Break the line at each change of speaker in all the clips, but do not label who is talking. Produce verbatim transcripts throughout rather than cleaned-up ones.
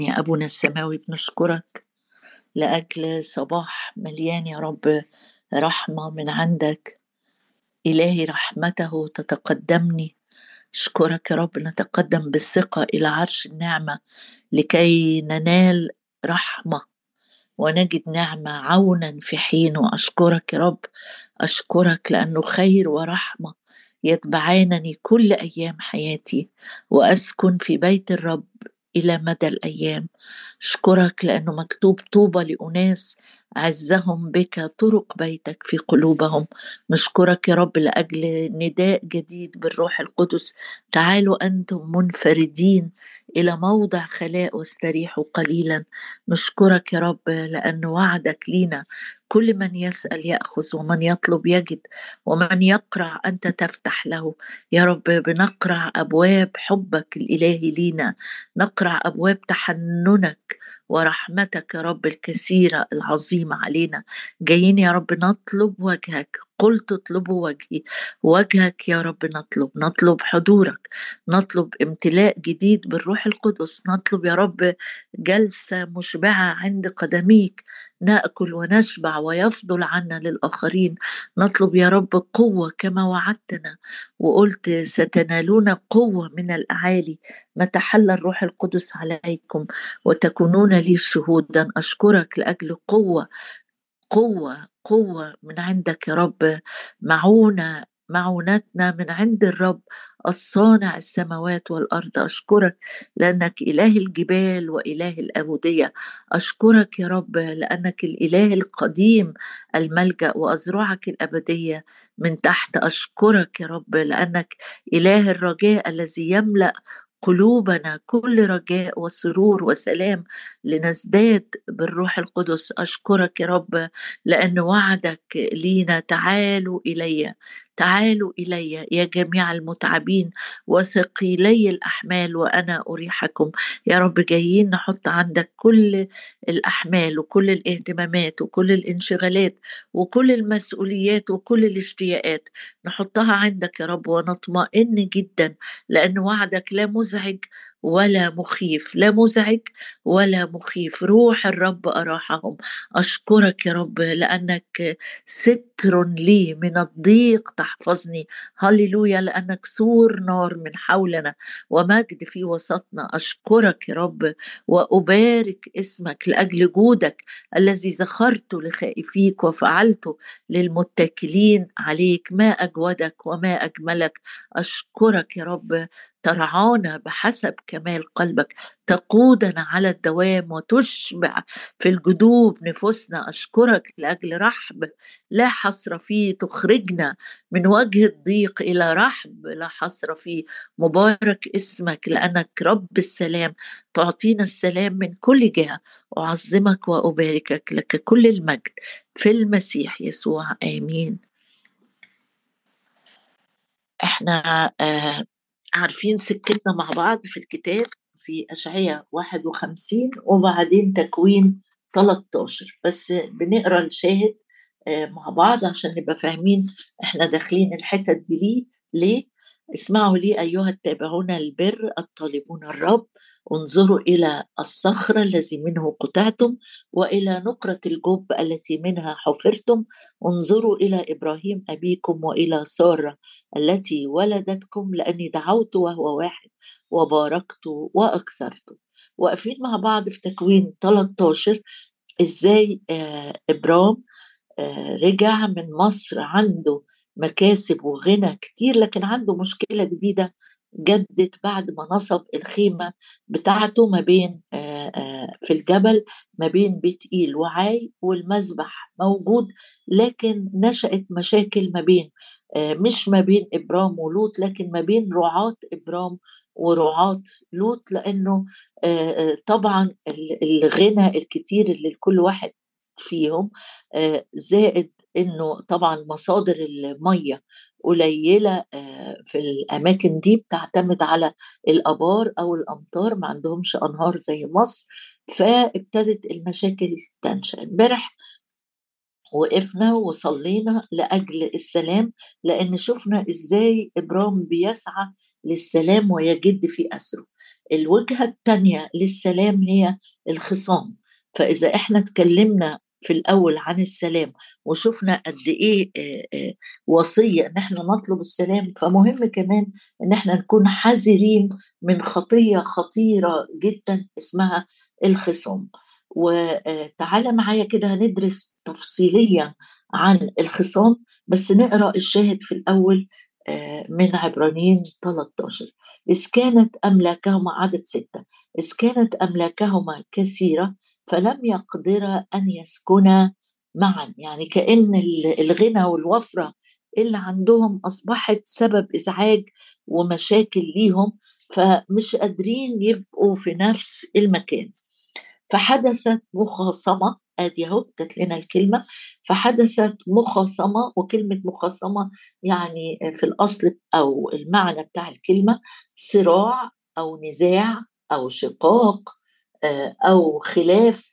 يا أبونا السماوي بنشكرك لأجل صباح مليان يا رب رحمة من عندك. إلهي رحمته تتقدمني. أشكرك يا رب، نتقدم بالثقة إلى عرش النعمة لكي ننال رحمة ونجد نعمة عونا في حين. وأشكرك يا رب، أشكرك لأنه خير ورحمة يتبعانني كل أيام حياتي، وأسكن في بيت الرب إلى مدى الأيام. أشكرك لأنه مكتوب: طوبى لأناس عزهم بك طرق بيتك في قلوبهم. نشكرك يا رب لأجل نداء جديد بالروح القدس: تعالوا أنتم منفردين إلى موضع خلاء واستريحوا قليلا. نشكرك يا رب لأن وعدك لينا: كل من يسأل يأخذ، ومن يطلب يجد، ومن يقرع أنت تفتح له. يا رب بنقرع أبواب حبك الإلهي لينا، نقرع أبواب تحننك ورحمتك يا رب الكثيرة العظيمة علينا. جايين يا رب نطلب وجهك، قلت اطلبوا وجهي، وجهك يا رب. نطلب نطلب حضورك، نطلب امتلاء جديد بالروح القدس، نطلب يا رب جلسة مشبعة عند قدميك، نأكل ونشبع ويفضل عنا للآخرين. نطلب يا رب قوة كما وعدتنا وقلت: ستنالون قوة من الأعالي متى حل الروح القدس عليكم وتكونون لي شهودا. أشكرك لأجل قوة قوة قوة من عندك يا رب، معونة معونتنا من عند الرب الصانع السماوات والأرض. أشكرك لأنك إله الجبال وإله الأبدية. أشكرك يا رب لأنك الإله القديم الملجأ وأزرعك الأبدية من تحت. أشكرك يا رب لأنك إله الرجاء الذي يملأ قلوبنا كل رجاء وسرور وسلام لنزداد بالروح القدس. أشكرك يا رب لأن وعدك لينا: تعالوا إلي، تعالوا إلي يا جميع المتعبين وثقيلي الأحمال وأنا أريحكم. يا رب جايين نحط عندك كل الأحمال وكل الاهتمامات وكل الانشغالات وكل المسؤوليات وكل الاشتياقات، نحطها عندك يا رب ونطمئن جدا، لأن وعدك لا مزعج ولا مخيف، لا مزعج ولا مخيف. روح الرب أراحهم. أشكرك يا رب لأنك ستر لي من الضيق تحفظني. هللويا، لأنك سور نار من حولنا ومجد في وسطنا. أشكرك يا رب وأبارك اسمك لأجل جودك الذي زخرت لخائفيك وفعلته للمتكلين عليك. ما أجودك وما أجملك. أشكرك يا رب، ترعانا بحسب كمال قلبك، تقودنا على الدوام وتشبع في الجدوب نفوسنا. أشكرك لأجل رحب لا حصر فيه، تخرجنا من وجه الضيق إلى رحب لا حصر فيه. مبارك اسمك لأنك رب السلام، تعطينا السلام من كل جهة. أعظمك وأباركك، لك كل المجد في المسيح يسوع، آمين. احنا آه عارفين سكتنا مع بعض في الكتاب في أشعياء واحد وخمسين وبعدين تكوين ثلاثة عشر، بس بنقرأ الشاهد آه مع بعض عشان نبقى فاهمين احنا داخلين الحتة دي ليه. ليه؟ اسمعوا لي أيها التابعون البر الطالبون الرب، انظروا إلى الصخرة الذي منه قطعتم وإلى نقرة الجب التي منها حفرتم. انظروا إلى إبراهيم أبيكم وإلى سارة التي ولدتكم، لأني دعوت وهو واحد وباركت وأكثرت. واقفين مع بعض في تكوين ثلاثة عشر إزاي آه إبرام آه رجع من مصر عنده مكاسب وغنى كتير، لكن عنده مشكلة جديدة جدت بعد ما نصب الخيمة بتاعته ما بين آه آه في الجبل ما بين بيت إيل وعاي، والمذبح موجود، لكن نشأت مشاكل ما بين آه مش ما بين إبرام ولوط، لكن ما بين رعاة إبرام ورعاة لوط، لأنه آه آه طبعا الغنى الكتير اللي لكل واحد فيهم آه زائد انه طبعا مصادر المية قليلة في الأماكن دي، بتعتمد على الأبار أو الأمطار، ما عندهمش أنهار زي مصر، فابتدت المشاكل تنشأ. امبارح وقفنا وصلينا لأجل السلام، لأن شفنا إزاي إبرام بيسعى للسلام ويجد في أسره. الوجهة التانية للسلام هي الخصام. فإذا إحنا اتكلمنا في الأول عن السلام وشفنا قد إيه آه، آه، وصية إن إحنا نطلب السلام، فمهم كمان إن إحنا نكون حذرين من خطية خطيرة جدا اسمها الخصام. وتعالى معايا كده هندرس تفصيليا عن الخصام، بس نقرأ الشاهد في الأول آه، من عبرانيين ثلاثة عشر. إذ كانت أملاكهما عدد ستة، إذ كانت أملاكهما كثيرة فلم يقدر أن يسكنا معا. يعني كأن الغنى والوفرة اللي عندهم أصبحت سبب إزعاج ومشاكل ليهم، فمش قادرين يبقوا في نفس المكان. فحدثت مخاصمة، ادي اهو جات لنا الكلمة. فحدثت مخاصمة، وكلمة مخاصمة يعني في الأصل أو المعنى بتاع الكلمة صراع أو نزاع أو شقاق آه، أو خلاف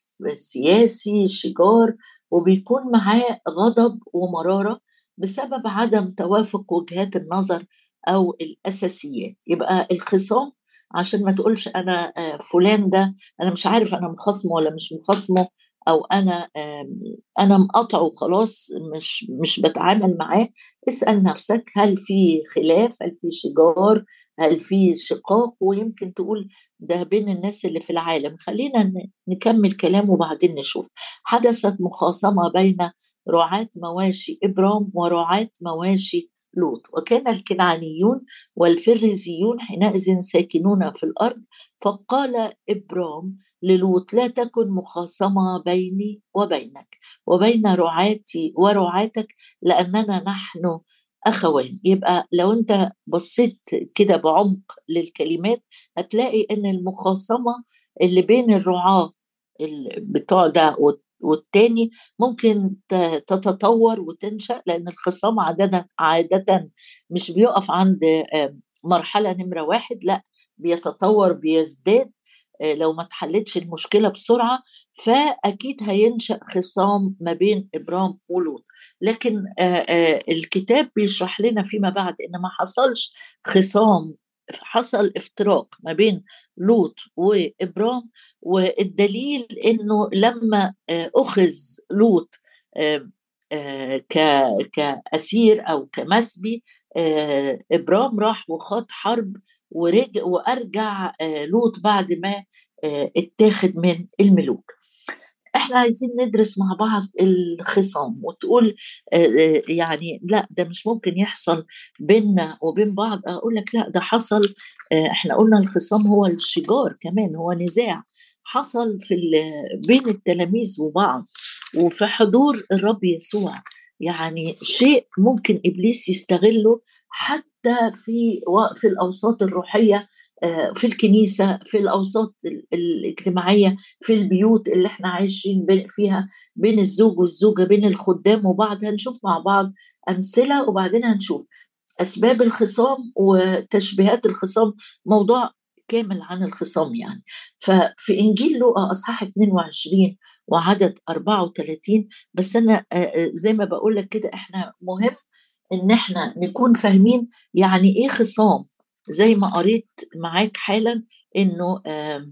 سياسي شجار، وبيكون معاه غضب ومرارة بسبب عدم توافق وجهات النظر أو الأساسيات. يبقى الخصام، عشان ما تقولش أنا آه، فلان ده انا مش عارف انا مخاصمه ولا مش مخاصمه، او انا انا مقاطعه وخلاص مش مش بتعامل معاه. اسال نفسك، هل في خلاف؟ هل في شجار؟ هل في شقاق؟ ويمكن تقول ده بين الناس اللي في العالم. خلينا ن- نكمل كلام وبعدين نشوف. حدثت مخاصمه بين رعاة مواشي ابرام ورعاة مواشي لوط، وكان الكنعانيون والفريزيون حينئذ ساكنون في الارض. فقال إبرام للوط: لا تكن مخاصمة بيني وبينك وبين رعاتي ورعاتك، لأننا نحن أخوان. يبقى لو أنت بصيت كده بعمق للكلمات هتلاقي أن المخاصمة اللي بين الرعاة ال- بتوع ده والت- والتاني ممكن ت- تتطور وتنشأ، لأن الخصام عادة عادة مش بيقف عند آه، مرحلة نمرة واحد، لا، بيتطور بيزداد. آه، لو ما اتحلتش المشكلة بسرعة فأكيد هينشأ خصام ما بين إبرام ولوط. لكن آه، آه، الكتاب بيشرح لنا فيما بعد إن ما حصلش خصام، حصل افتراق ما بين لوط وإبرام. والدليل إنه لما آه، أخذ لوط آه، آه، ك- كأسير أو كمسبي، آه، إبرام راح وخاض حرب ورجع وارجع آه، لوط بعد ما آه، اتاخد من الملوك. احنا عايزين ندرس مع بعض الخصام، وتقول آه، آه، يعني لا ده مش ممكن يحصل بيننا وبين بعض. اقول لك لا، ده حصل. آه، احنا قلنا الخصام هو الشجار، كمان هو نزاع حصل في ال- بين التلاميذ وبعض وفي حضور الرب يسوع. يعني شيء ممكن ابليس يستغله حتى في و- في الاوساط الروحيه، آه، في الكنيسه، في الاوساط ال- الاجتماعيه، في البيوت اللي احنا عايشين بين- فيها، بين الزوج والزوجة، بين الخدام وبعض. هنشوف مع بعض أمثلة وبعدين هنشوف أسباب الخصام وتشبيهات الخصام، موضوع كامل عن الخصام يعني. ففي إنجيل لوقا أصحاح اتنين وعشرين وعدد أربعة وثلاثين، بس أنا آه، آه، زي ما بقول لك كده إحنا مهم إن إحنا نكون فاهمين يعني إيه خصام. زي ما قريت معاك حالا إنه آم،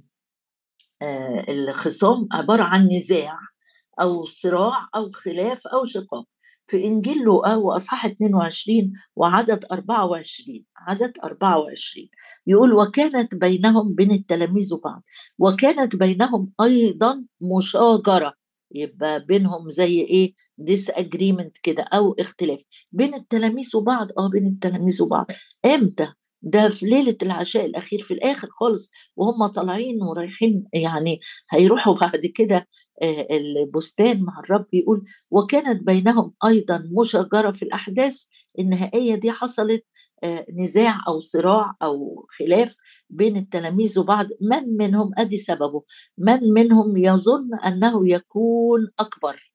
آه، الخصام عبارة عن نزاع أو صراع أو خلاف أو شقاق. في إنجيل لوقا وأصحاح اتنين وعشرين وعدد أربعة وعشرين، عدد أربعة وعشرين يقول: وكانت بينهم، بين التلاميذ وبعض، وكانت بينهم أيضا مشاجرة. يبقى بينهم زي ايه، ديس اجريمنت كده او اختلاف بين التلاميذ وبعض. اه بين التلاميذ وبعض. امتى؟ ده في ليلة العشاء الأخير، في الآخر خالص، وهم طالعين ورايحين يعني هيروحوا بعد كده آه، البستان مع الرب. يقول: وكانت بينهم أيضا مشاجرة في الأحداث النهائية دي. حصلت آه، نزاع أو صراع أو خلاف بين التلاميذ وبعض. من منهم، أدي سببه، من منهم يظن أنه يكون أكبر.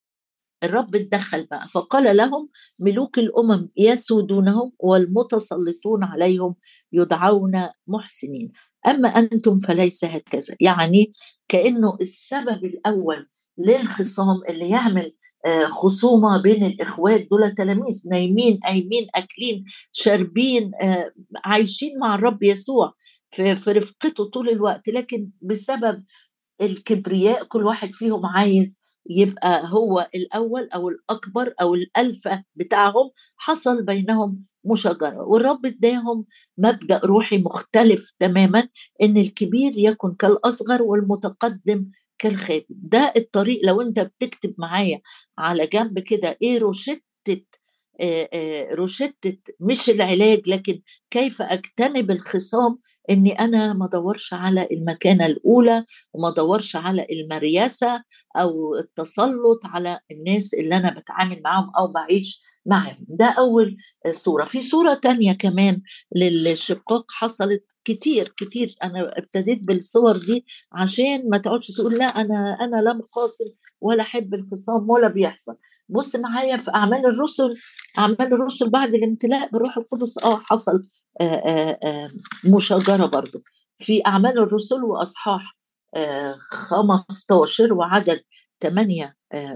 الرب اتدخل بقى فقال لهم: ملوك الأمم يسودونهم والمتسلطون عليهم يدعون محسنين، أما أنتم فليس هكذا. يعني كأنه السبب الأول للخصام اللي يعمل آه، خصومة بين الإخوات، دول تلاميذ نايمين قايمين أكلين شاربين، آه، عايشين مع الرب يسوع في في رفقته طول الوقت، لكن بسبب الكبرياء كل واحد فيهم عايز يبقى هو الأول أو الأكبر أو الألفة بتاعهم، حصل بينهم مشاجرة. والرب اداهم مبدأ روحي مختلف تماما، إن الكبير يكن كالأصغر والمتقدم كالخادم. ده الطريق. لو أنت بتكتب معايا على جنب كده إيه روشتة، آه، آه، روشتة مش العلاج لكن كيف أجتنب الخصام، إني أنا ما أدورش على المكانة الأولى، وما ادورش على المرياسة او التسلط على الناس اللي انا بتعامل معاهم او بعيش معاهم. ده اول صورة. في صورة تانية كمان للشقاق حصلت كتير كتير، انا ابتديت بالصور دي عشان ما تقعدش تقول لا انا انا لا مخاصم ولا احب الخصام ولا بيحصل. بص معايا في اعمال الرسل. اعمال الرسل بعد الامتلاء بالروح القدس اه حصل آآ آآ مشاجرة برضو في أعمال الرسل، وأصحاح آه، خمستاشر وعدد ثمانية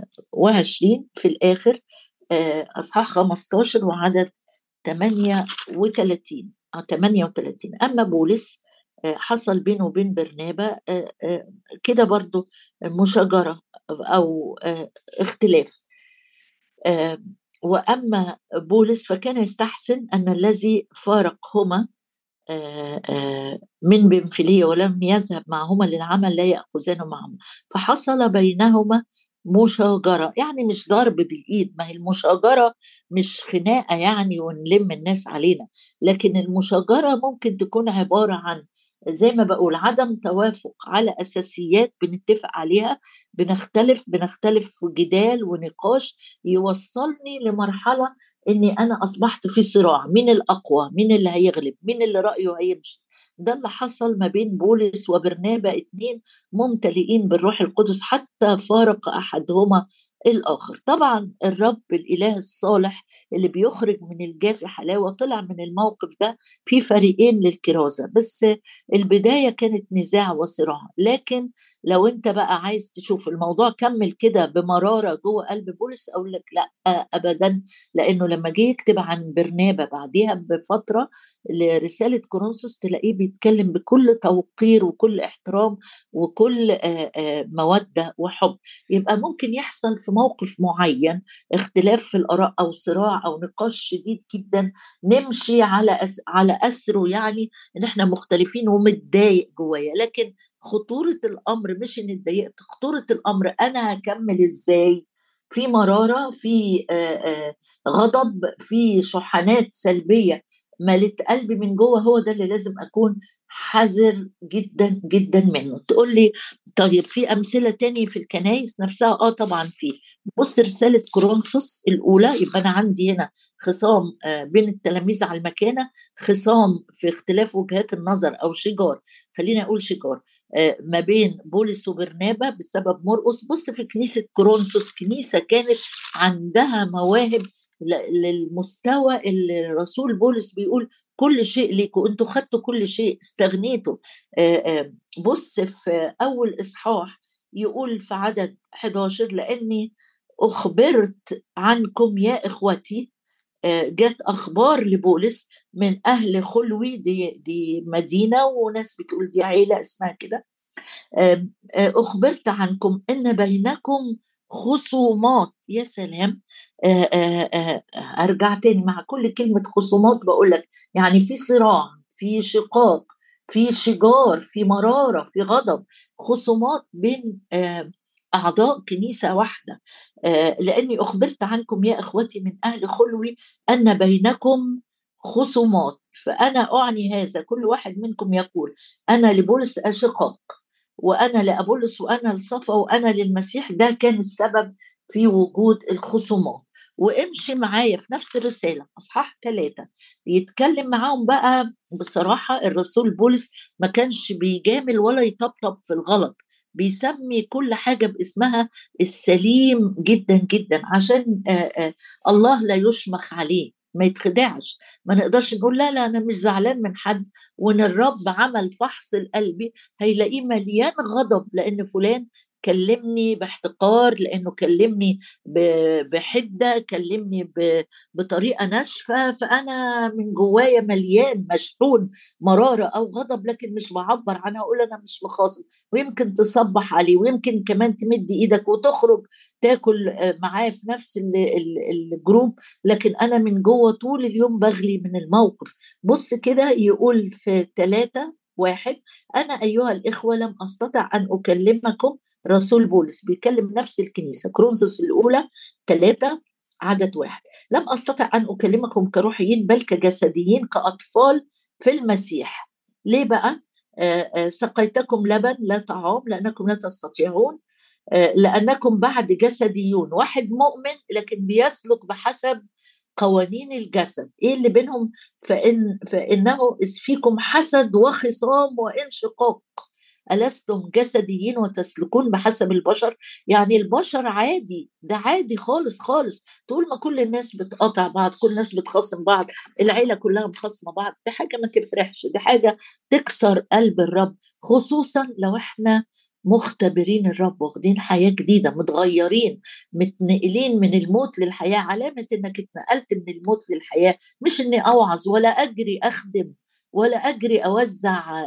وعشرين في الآخر. آه، أصحاح خمستاشر وعدد ثمانية وثلاثين آه، ثمانية وثلاثين. أما بولس آه، حصل بينه وبين برنابا آه، آه، كده برضو مشاجرة أو آه، اختلاف. آه، وأما بولس فكان يستحسن أن الذي فارقهما آه، آه، من بنفلية ولم يذهب معهما للعمل لا يأخذانه معهما، فحصل بينهما مشاجرة. يعني مش ضرب بالإيد، ما هي المشاجرة مش خناقة يعني ونلم الناس علينا، لكن المشاجرة ممكن تكون عبارة عن زي ما بقول عدم توافق على أساسيات بنتفق عليها، بنختلف بنختلف في جدال ونقاش يوصلني لمرحلة اني انا اصبحت في صراع مين الاقوى، مين اللي هيغلب، مين اللي رايه هيمشي. ده اللي حصل ما بين بولس وبرنابا، اتنين ممتلئين بالروح القدس حتى فارق احدهما الاخر. طبعا الرب الاله الصالح اللي بيخرج من الجاف حلاوه طلع من الموقف ده في فريقين للكرازه، بس البدايه كانت نزاع وصراع. لكن لو انت بقى عايز تشوف الموضوع كمل كده بمراره جوه قلب بولس، اقول لك لا ابدا، لانه لما جه يكتب عن برنابا بعديها بفتره لرساله كورنثوس تلاقيه بيتكلم بكل توقير وكل احترام وكل آه، آه، موده وحب. يبقى ممكن يحصل في موقف معين اختلاف في الاراء او صراع او نقاش شديد جدا، نمشي على أس على اثره، يعني ان احنا مختلفين ومتضايق جوايا، لكن خطوره الامر مش ان اتضايقت، خطوره الامر انا هكمل ازاي في مراره، في آه، آه، غضب، في شحنات سلبية ملت قلبي من جوه. هو ده اللي لازم أكون حذر جدا جدا منه. تقول لي طيب في أمثلة تاني في الكنائس نفسها؟ آه طبعا في. بص رسالة كورنثوس الأولى، يبقى أنا عندي هنا خصام آه، بين التلاميذ على المكانة، خصام في اختلاف وجهات النظر أو شجار، خلينا أقول شجار آه، ما بين بولس وبرنابا بسبب مرقس. بص في كنيسة كورنثوس، كنيسة كانت عندها مواهب للمستوى اللي الرسول بولس بيقول كل شيء ليكوا، انتوا خدتوا كل شيء استغنيتوا. بص في اول اصحاح يقول في عدد حداشر لاني اخبرت عنكم يا اخوتي. جت اخبار لبولس من اهل خلوي، دي دي مدينه وناس بتقول دي عيله اسمها كده. أخبرت عنكم إن بينكم خصومات. يا سلام. أرجع تاني مع كل كلمة خصومات بقول لك يعني في صراع، في شقاق، في شجار، في مرارة، في غضب، خصومات بين أعضاء كنيسة واحدة. لأني أخبرت عنكم يا أخوتي من أهل خلوي أن بينكم خصومات. فأنا أعني هذا، كل واحد منكم يقول أنا لبولس أشقاق، وأنا لأبولس، وأنا لصفا، وأنا للمسيح. ده كان السبب في وجود الخصومات. وامشي معايا في نفس الرسالة أصحاح ثلاثة يتكلم معاهم بقى بصراحة. الرسول بولس ما كانش بيجامل ولا يطبطب في الغلط، بيسمي كل حاجة باسمها السليم جدا جدا، عشان آآ آآ الله لا يشمخ عليه، ما يتخدعش. ما نقدرش نقول لا لا أنا مش زعلان من حد، وإن الرب عمل فحص القلب هيلاقيه مليان غضب لأن فلان كلمني باحتقار، لأنه كلمني بحدة، كلمني بطريقة ناشفة، فأنا من جوايا مليان مشحون مرارة أو غضب، لكن مش بعبر عنها، أقول أنا مش مخاصم. ويمكن تصبح عليه، ويمكن كمان تمد إيدك وتخرج تاكل معاه في نفس الجروب، لكن أنا من جوه طول اليوم بغلي من الموقف. بص كده يقول في ثلاثة واحد: أنا أيها الإخوة لم أستطع أن أكلمكم. رسول بولس بيكلم نفس الكنيسة، كورنثوس الأولى ثلاثة عدد واحد: لم أستطع أن أكلمكم كروحيين بل كجسديين، كأطفال في المسيح. ليه بقى؟ آآ آآ سقيتكم لبن لا طعام لأنكم لا تستطيعون، آآ لأنكم بعد جسديون. واحد مؤمن لكن بيسلك بحسب قوانين الجسد. ايه اللي بينهم؟ فإن فإنه إذ فيكم حسد وخصام وانشقاق، ألستم جسديين وتسلكون بحسب البشر. يعني البشر عادي، ده عادي خالص خالص. طول ما كل الناس بتقاطع بعض، كل الناس بتخاصم بعض، العيلة كلها مخاصمة بعض، دي حاجة ما تفرحش، دي حاجة تكسر قلب الرب، خصوصا لو احنا مختبرين الرب، واخدين حياة جديدة، متغيرين، متنقلين من الموت للحياة. علامة انك اتنقلت من الموت للحياة مش اني اوعظ ولا اجري اخدم ولا اجري اوزع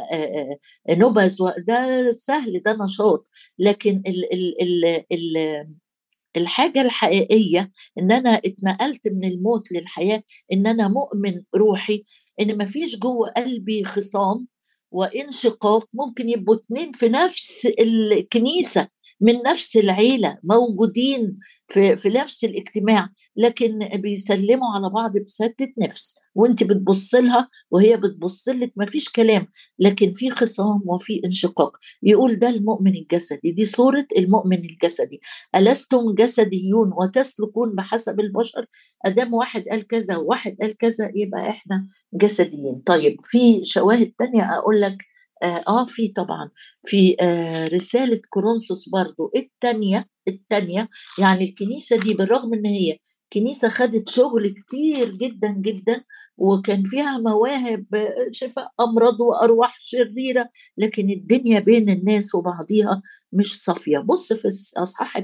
نبذ، ده سهل، ده نشاط. لكن ال ال ال ال الحاجة الحقيقية ان انا اتنقلت من الموت للحياة، ان انا مؤمن روحي، ان مفيش جوه قلبي خصام وانشقاق. ممكن يبقوا اتنين في نفس الكنيسة، من نفس العيلة، موجودين في, في نفس الاجتماع، لكن بيسلموا على بعض بسدة نفس، وانت بتبص لها وهي بتبص لك، مفيش كلام، لكن في خصام وفي انشقاق. يقول ده المؤمن الجسدي، دي صورة المؤمن الجسدي. ألستم جسديون وتسلكون بحسب البشر؟ أدام واحد قال كذا وواحد قال كذا يبقى إحنا جسديين. طيب في شواهد تانية أقول لك؟ آه, آه في طبعا، في آه رسالة كورنثوس برضو التانية التانية يعني الكنيسة دي بالرغم إن هي كنيسة خدت شغل كتير جدا جدا، وكان فيها مواهب شفاء أمراض وأرواح شريرة، لكن الدنيا بين الناس وبعضيها مش صافية. بص في أصحاح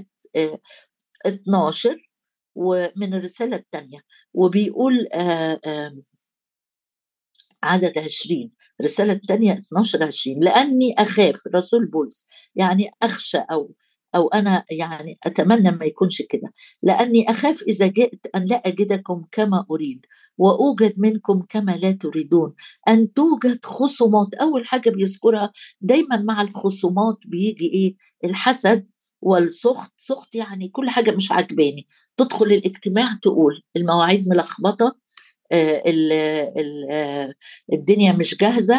اتناشر ومن الرسالة الثانية، وبيقول آآ آآ عدد عشرين، رسالة الثانية اتناشر عشرين: لأني أخاف، رسول بولس يعني أخشى، أو أو أنا يعني أتمنى ما يكونش كده، لأني أخاف إذا جئت أن لا أجدكم كما أريد وأوجد منكم كما لا تريدون، أن توجد خصومات. أول حاجة بيذكرها دايما مع الخصومات بيجي إيه؟ الحسد والسخط. سخط يعني كل حاجة مش عاجباني، تدخل الاجتماع تقول المواعيد ملخبطة، آه، ال- ال- آه، الدنيا مش جاهزة،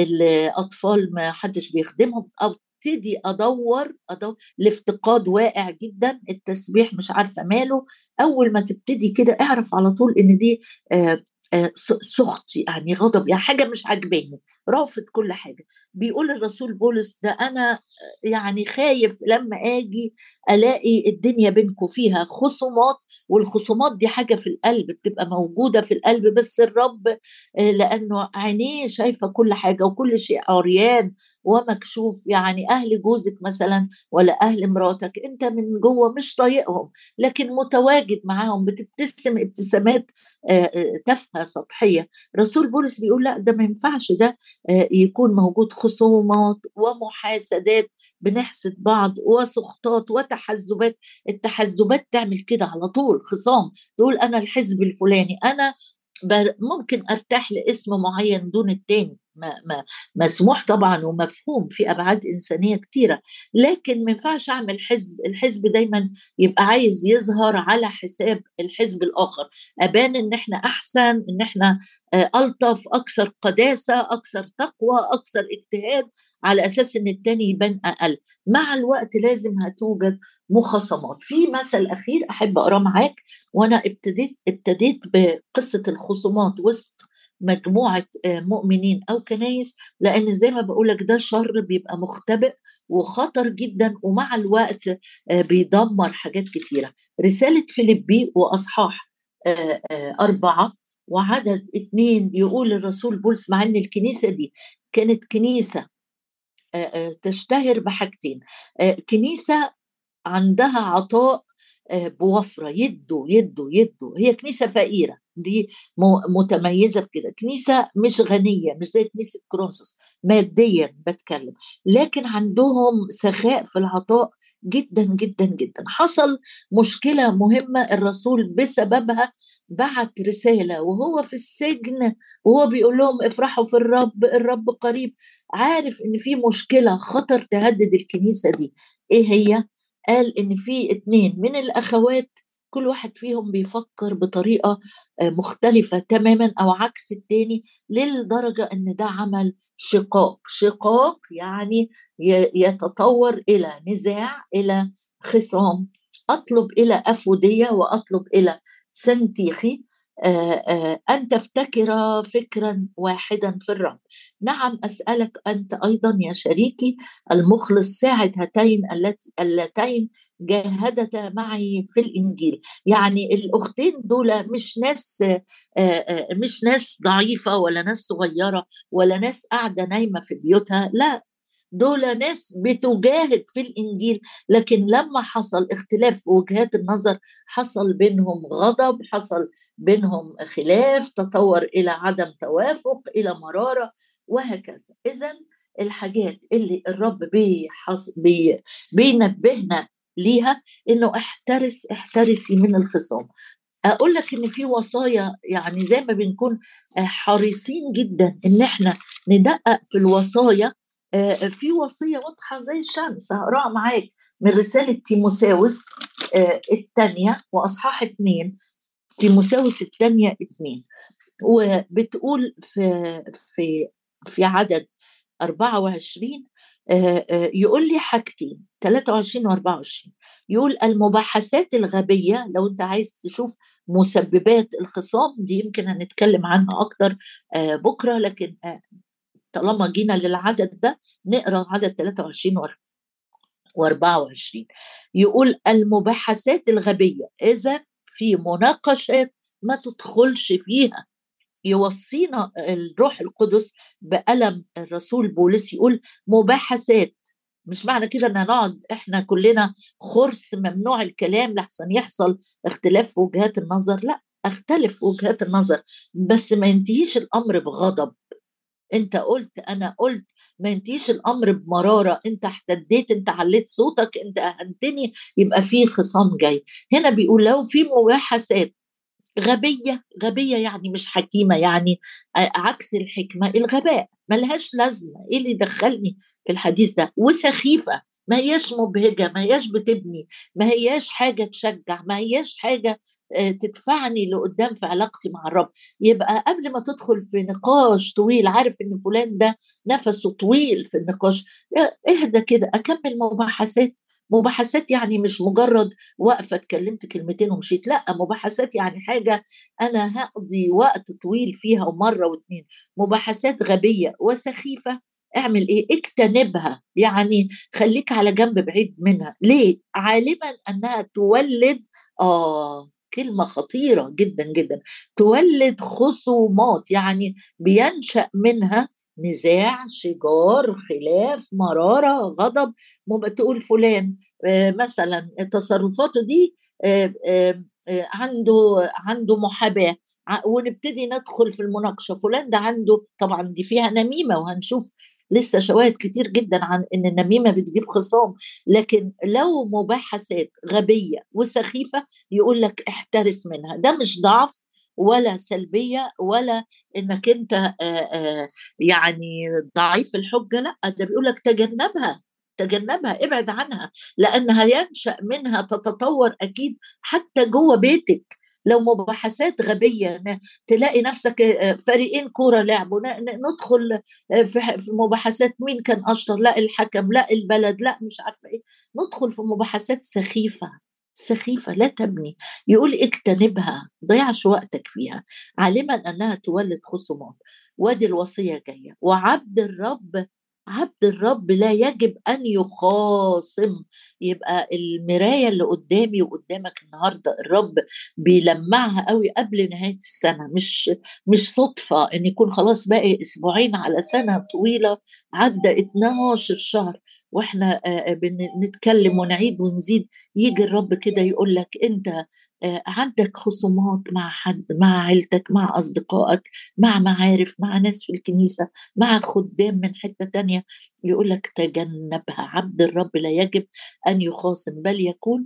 الأطفال ما حدش بيخدمهم، أو ابتدي ادور ادور الافتقاد واقع جدا، التسبيح مش عارفه ماله. اول ما تبتدي كده اعرف على طول ان دي آه، آه، سخط، يعني غضب، يعني حاجه مش عاجباني، رافض كل حاجه. بيقول الرسول بولس ده انا يعني خايف لما اجي الاقي الدنيا بينكم فيها خصومات، والخصومات دي حاجه في القلب، بتبقى موجوده في القلب، بس الرب آه، لانه عينيه شايفه كل حاجه وكل شيء عريان ومكشوف. يعني اهل جوزك مثلا ولا اهل مراتك انت من جوه مش طايقهم، لكن متواجد معاهم، بتبتسم ابتسامات تافهه سطحيه. رسول بولس بيقول لا، ده ما ينفعش، ده يكون موجود خصومات ومحاسدات، بنحسد بعض، وسخطات وتحزبات. التحزبات تعمل كده على طول، خصام، تقول انا الحزب الفلاني، انا ممكن ارتاح لاسم معين دون التاني، ما ما مسموح طبعا ومفهوم في ابعاد انسانيه كتيره، لكن ما ينفعش اعمل حزب. الحزب دايما يبقى عايز يظهر على حساب الحزب الاخر، ابان ان احنا احسن، ان احنا الطف، اكثر قداسه، اكثر تقوى، اكثر اجتهاد، على اساس ان التاني يبان اقل. مع الوقت لازم هتوجد مخاصمات. في مثل اخير احب اقراه معاك، وانا ابتديت ابتديت بقصه الخصومات وسط مجموعه مؤمنين او كنايس، لان زي ما بقولك ده شر بيبقى مختبئ وخطر جدا، ومع الوقت بيدمر حاجات كتيره. رساله فيليبي واصحاح اربعه وعدد اتنين، يقول الرسول بولس، مع ان الكنيسه دي كانت كنيسه تشتهر بحاجتين. كنيسة عندها عطاء بوفرة، يدوا يدوا يدوا. هي كنيسة فقيرة، دي متميزة بكده. كنيسة مش غنية، مش زي كنيسة كورنثوس ماديا بتكلم، لكن عندهم سخاء في العطاء جدا جدا جدا. حصل مشكلة مهمة الرسول بسببها بعت رسالة وهو في السجن، وهو بيقول لهم افرحوا في الرب، الرب قريب. عارف ان في مشكلة خطر تهدد الكنيسة دي. ايه هي؟ قال إن في اتنين من الأخوات كل واحد فيهم بيفكر بطريقة مختلفة تماما أو عكس التاني، للدرجة أن ده عمل شقاق. شقاق يعني يتطور إلى نزاع، إلى خصام. أطلب إلى أفودية وأطلب إلى سنتيخي أن تفتكر فكرا واحدا في الرب. نعم أسألك أنت أيضا يا شريكي المخلص، ساعد هاتين اللتين جاهدتا معي في الإنجيل. يعني الأختين دول مش ناس مش ناس ضعيفة ولا ناس صغيرة ولا ناس قاعدة نايمة في بيوتها، لا، دول ناس بتجاهد في الإنجيل. لكن لما حصل اختلاف في وجهات النظر، حصل بينهم غضب، حصل بينهم خلاف، تطور إلى عدم توافق، إلى مرارة، وهكذا. إذن الحاجات اللي الرب بيحص بي بينبهنا ليها إنه احترس احترسي من الخصام. أقول لك إن في وصايا، يعني زي ما بنكون حريصين جدا إن احنا ندقق في الوصايا. في وصية واضحة زي الشمس هقراها معاك من رسالة تيموساوس الثانية وأصحاح اتنين. تيموساوس الثانية اتنين، وبتقول في في في عدد أربعة وعشرين، يقول لي حاجتين، ثلاثة وعشرين و أربعة وعشرين. يقول المباحثات الغبية، لو انت عايز تشوف مسببات الخصام دي يمكن هنتكلم عنها أكتر بكرة، لكن طالما جينا للعدد ده نقرأ عدد ثلاثة وعشرين و أربعة وعشرين. يقول المباحثات الغبية، إذا في مناقشات ما تدخلش فيها. يوصينا الروح القدس بقلم الرسول بولس يقول مباحثات. مش معنى كده ان نقعد احنا كلنا خرس ممنوع الكلام لحسن يحصل اختلاف في وجهات النظر، لا، اختلف في وجهات النظر بس ما ينتهيش الامر بغضب. انت قلت انا قلت، ما ينتهيش الامر بمرارة، انت احتديت، انت عليت صوتك، انت اهنتني، يبقى فيه خصام جاي. هنا بيقول لو في مباحثات غبية، غبية يعني مش حكيمة، يعني عكس الحكمة الغباء، ملهاش لازمة، ايه اللي دخلني في الحديث ده؟ وسخيفة، ما هياش مبهجة، ما هياش بتبني، ما هياش حاجة تشجع، ما هياش حاجة تدفعني لقدام في علاقتي مع الرب. يبقى قبل ما تدخل في نقاش طويل، عارف ان فلان ده نفسه طويل في النقاش، اهدى كده، اكمل مباحثات. مباحثات يعني مش مجرد وقفة اتكلمت كلمتين ومشيت، لا، مباحثات يعني حاجة أنا هقضي وقت طويل فيها ومرة واتنين. مباحثات غبية وسخيفة، اعمل ايه؟ اجتنبها، يعني خليك على جنب بعيد منها. ليه؟ عالما أنها تولد آه كلمة خطيرة جدا جدا، تولد خصومات، يعني بينشأ منها نزاع، شجار، خلاف، مرارة، غضب. تقول فلان مثلا تصرفاته دي عنده عنده محاباة، ونبتدي ندخل في المناقشة. فلان ده عنده، طبعا دي فيها نميمة، وهنشوف لسه شواهد كتير جدا عن ان النميمة بتجيب خصام. لكن لو مباحثات غبية وسخيفة يقول لك احترس منها. ده مش ضعف ولا سلبية ولا انك انت آآ آآ يعني ضعيف الحجة، لا، ده بيقول لك تجنبها، تجنبها، ابعد عنها، لأنها ينشأ منها تتطور أكيد حتى جوه بيتك. لو مباحثات غبية تلاقي نفسك فريقين كورة لعبوا، ندخل في مباحثات مين كان أشطر، لا الحكم، لا البلد، لا مش عارفة إيه، ندخل في مباحثات سخيفة سخيفة لا تبني. يقول اجتنبها، ضيعش وقتك فيها، عالما أنها تولد خصومات. وادي الوصية جاية، وعبد الرب عبد الرب لا يجب أن يخاصم. يبقى المراية اللي قدامي وقدامك النهاردة الرب بيلمعها قوي قبل نهاية السنة. مش مش صدفة إن يكون خلاص باقي أسبوعين على سنة طويلة، عدى اتناشر شهر وإحنا آه، بنتكلم ونعيد ونزيد. يجي الرب كده يقول لك أنت آه، عندك خصومات مع حد، مع عيلتك، مع أصدقائك، مع معارف، مع ناس في الكنيسة، مع خدام من حتة تانية. يقول لك تجنبها. عبد الرب لا يجب أن يخاصم بل يكون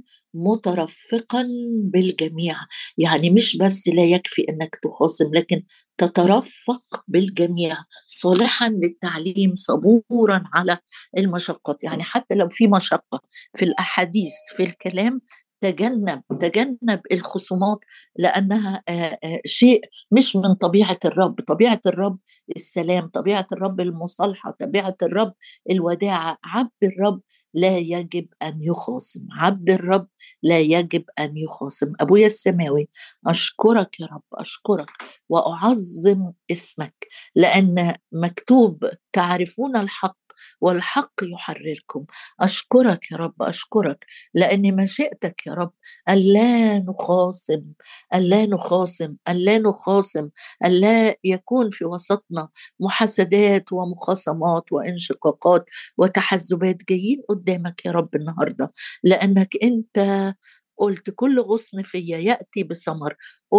مترفقا بالجميع. يعني مش بس لا يكفي أنك تخاصم، لكن تترفق بالجميع، صالحا للتعليم، صبورا على المشقات. يعني حتى لو في مشقة في الأحاديث في الكلام، تجنب تجنب الخصومات، لأنها آه، آه، شيء مش من طبيعة الرب. طبيعة الرب السلام، طبيعة الرب المصالحة، طبيعة الرب الوداعة. عبد الرب لا يجب أن يخاصم. عبد الرب لا يجب أن يخاصم. أبويا السماوي، أشكرك يا رب، أشكرك وأعظم اسمك، لأن مكتوب تعرفون الحق والحق يحرركم. أشكرك يا رب، أشكرك لأن مشيئتك يا رب ألا نخاصم، ألا نخاصم، ألا نخاصم، ألا يكون في وسطنا محاسدات ومخاصمات وانشقاقات وتحزبات. جايين قدامك يا رب النهارده لأنك أنت قلت كل غصن فيا يأتي بثمر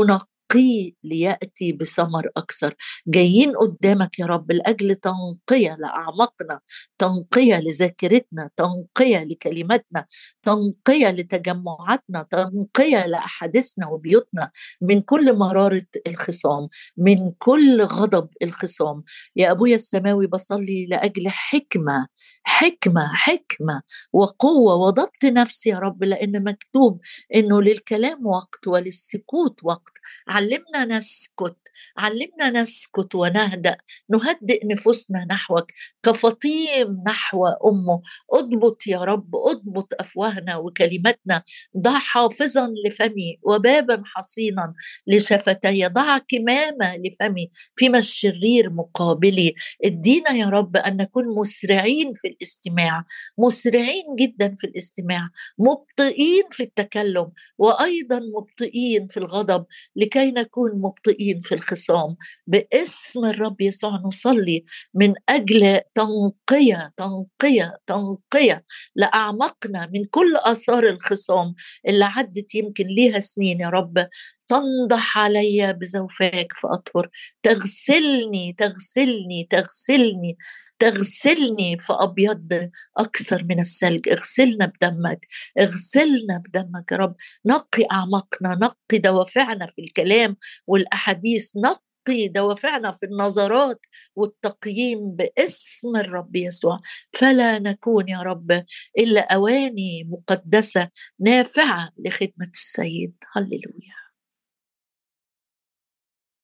أنقيه ليأتي بثمر أكثر. جايين قدامك يا رب لأجل تنقية لأعماقنا، تنقية لذاكرتنا، تنقية لكلماتنا، تنقية لتجمعاتنا، تنقية لأحاديثنا وبيوتنا من كل مرارة الخصام، من كل غضب الخصام. يا أبويا السماوي بصلي لأجل حكمة، حكمة حكمة وقوة وضبط نفسي يا رب، لأن مكتوب إنه للكلام وقت وللسكوت وقت. علمنا نسكت، علمنا نسكت ونهدأ، نهدئ نفوسنا نحوك كفطيم نحو أمه. اضبط يا رب، اضبط أفواهنا وكلماتنا. ضع حافظا لفمي وبابا حصينا لشفتي. ضع كمامة لفمي فيما الشرير مقابلي. ادينا يا رب أن نكون مسرعين في الاستماع، مسرعين جدا في الاستماع، مبطئين في التكلم، وأيضا مبطئين في الغضب، لكي نكون مبطئين في الخصام. باسم الرب يسوع نصلي من أجل تنقية تنقية تنقية لأعمقنا من كل آثار الخصام اللي عدت يمكن ليها سنين يا رب. تنضح علي بزوفاك فأطهر، تغسلني تغسلني تغسلني تغسلني فأبيض أكثر من الثلج. اغسلنا بدمك، اغسلنا بدمك يا رب. نقي أعماقنا، نقي دوافعنا في الكلام والأحاديث، نقي دوافعنا في النظرات والتقييم باسم الرب يسوع. فلا نكون يا رب إلا أواني مقدسة نافعة لخدمة السيد. هللويا.